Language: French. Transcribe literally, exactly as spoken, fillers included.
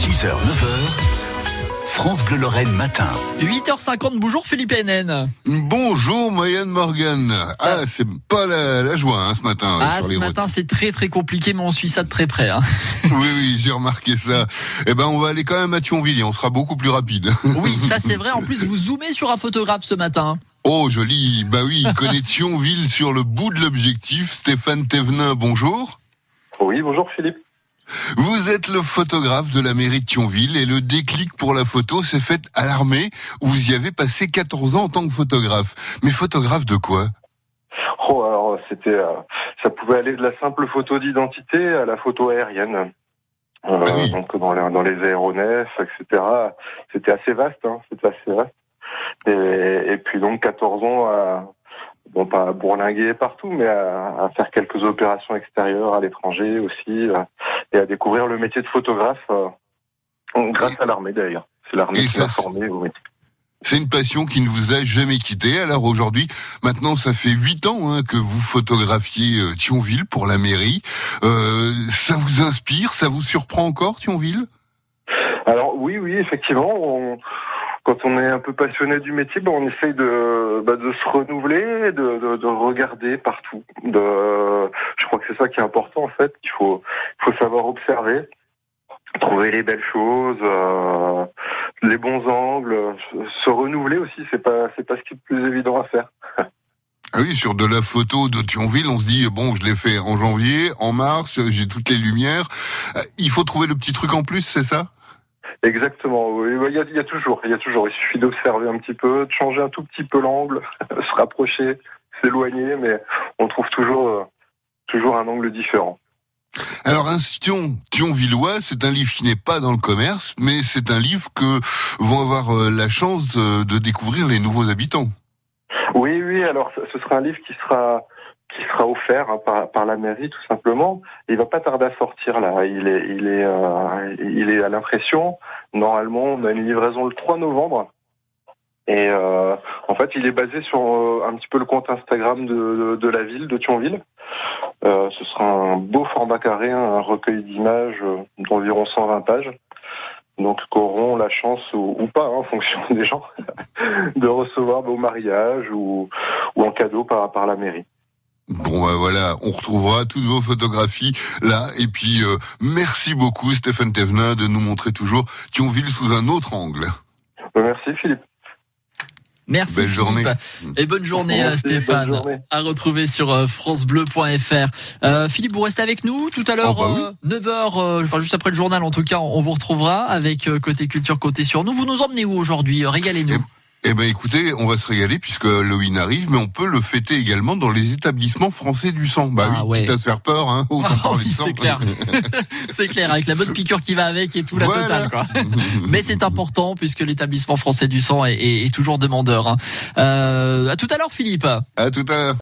six heures neuf heures, France Bleu Lorraine matin. huit heures cinquante, bonjour Philippe Hennen. Bonjour Marianne Morgan. Ah, c'est pas la, la joie hein, ce matin. Ah, sur ce les matin routes. c'est très très compliqué, mais on suit ça de très près. Hein. Oui, oui, j'ai remarqué ça. Eh ben, on va aller quand même à Thionville et on sera beaucoup plus rapide. Oui, ça c'est vrai. En plus, vous zoomez sur un photographe ce matin. Oh, joli. Bah oui, il connaît Thionville sur le bout de l'objectif. Stéphane Thévenin, bonjour. Oui, bonjour Philippe. Vous êtes le photographe de la mairie de Thionville et le déclic pour la photo s'est fait à l'armée où vous y avez passé quatorze ans en tant que photographe. Mais photographe de quoi ? Oh, alors c'était, euh, ça pouvait aller de la simple photo d'identité à la photo aérienne. Euh, Ah oui. Donc dans les, dans les aéronefs, et cetera. C'était assez vaste, hein, c'était assez vaste. Et, et puis donc quatorze ans à, bon pas à bourlinguer partout, mais à, à faire quelques opérations extérieures à l'étranger aussi, euh, et à découvrir le métier de photographe euh, grâce à l'armée d'ailleurs. C'est l'armée Et qui ça, m'a formé au métier. C'est une passion qui ne vous a jamais quitté. Alors aujourd'hui, maintenant, ça fait huit ans hein, que vous photographiez euh, Thionville pour la mairie. Euh, ça vous inspire ? Ça vous surprend encore, Thionville ? Alors oui, oui, effectivement, on, quand on est un peu passionné du métier, ben, on essaye de, bah, de se renouveler, de, de, de regarder partout. De, je crois que c'est ça qui est important en fait. Il faut, il faut savoir observer, trouver les belles choses, euh, les bons angles, se renouveler aussi. C'est pas, c'est pas ce qui est le plus évident à faire. Ah oui, sur de la photo de Thionville, on se dit, bon, je l'ai fait en janvier, en mars, j'ai toutes les lumières. Euh, il faut trouver le petit truc en plus, c'est ça ? Exactement, oui, il y a, il y a toujours, il y a toujours. Il suffit d'observer un petit peu, de changer un tout petit peu l'angle, se rapprocher, s'éloigner, mais on trouve toujours, euh, toujours un angle différent. Alors, Instinct Thionvillois, c'est un livre qui n'est pas dans le commerce, mais c'est un livre que vont avoir euh, la chance de, de découvrir les nouveaux habitants. Oui, oui, alors ce sera un livre qui sera qui sera offert hein, par, par la mairie tout simplement. Il va pas tarder à sortir là. Il est il est euh, il est à l'impression. Normalement, on a une livraison le trois novembre. Et euh, en fait, il est basé sur euh, un petit peu le compte Instagram de, de, de la ville de Thionville. Euh, ce sera un beau format carré, un recueil d'images euh, d'environ cent vingt pages. Donc, qu'auront la chance ou, ou pas, hein, en fonction des gens, de recevoir au mariage ou, ou en cadeau par, par la mairie. Bon bah voilà, on retrouvera toutes vos photographies là. Et puis euh, merci beaucoup Stéphane Thévenin de nous montrer toujours Thionville sous un autre angle. Merci Philippe. Merci Belle Philippe. journée. Et bonne journée à Merci, Stéphane. bonne journée. À retrouver sur euh, francebleu point fr. Euh, Philippe, vous restez avec nous tout à l'heure, Oh bah oui. euh, neuf heures, euh, enfin juste après le journal en tout cas, on vous retrouvera avec euh, Côté Culture, Côté Sur nous. Vous nous emmenez où aujourd'hui ? euh, Régalez-nous. Eh ben écoutez, on va se régaler puisque Halloween arrive, mais on peut le fêter également dans les établissements français du sang. Bah Ah oui, ouais. quitte à se faire peur, hein, autant Ah parler oui, de sang. c'est clair. C'est clair, avec la bonne piqûre qui va avec et tout, la Voilà. totale, quoi. Mais c'est important puisque l'établissement français du sang est, est, est toujours demandeur. Hein. Euh, à tout à l'heure, Philippe. À tout à l'heure.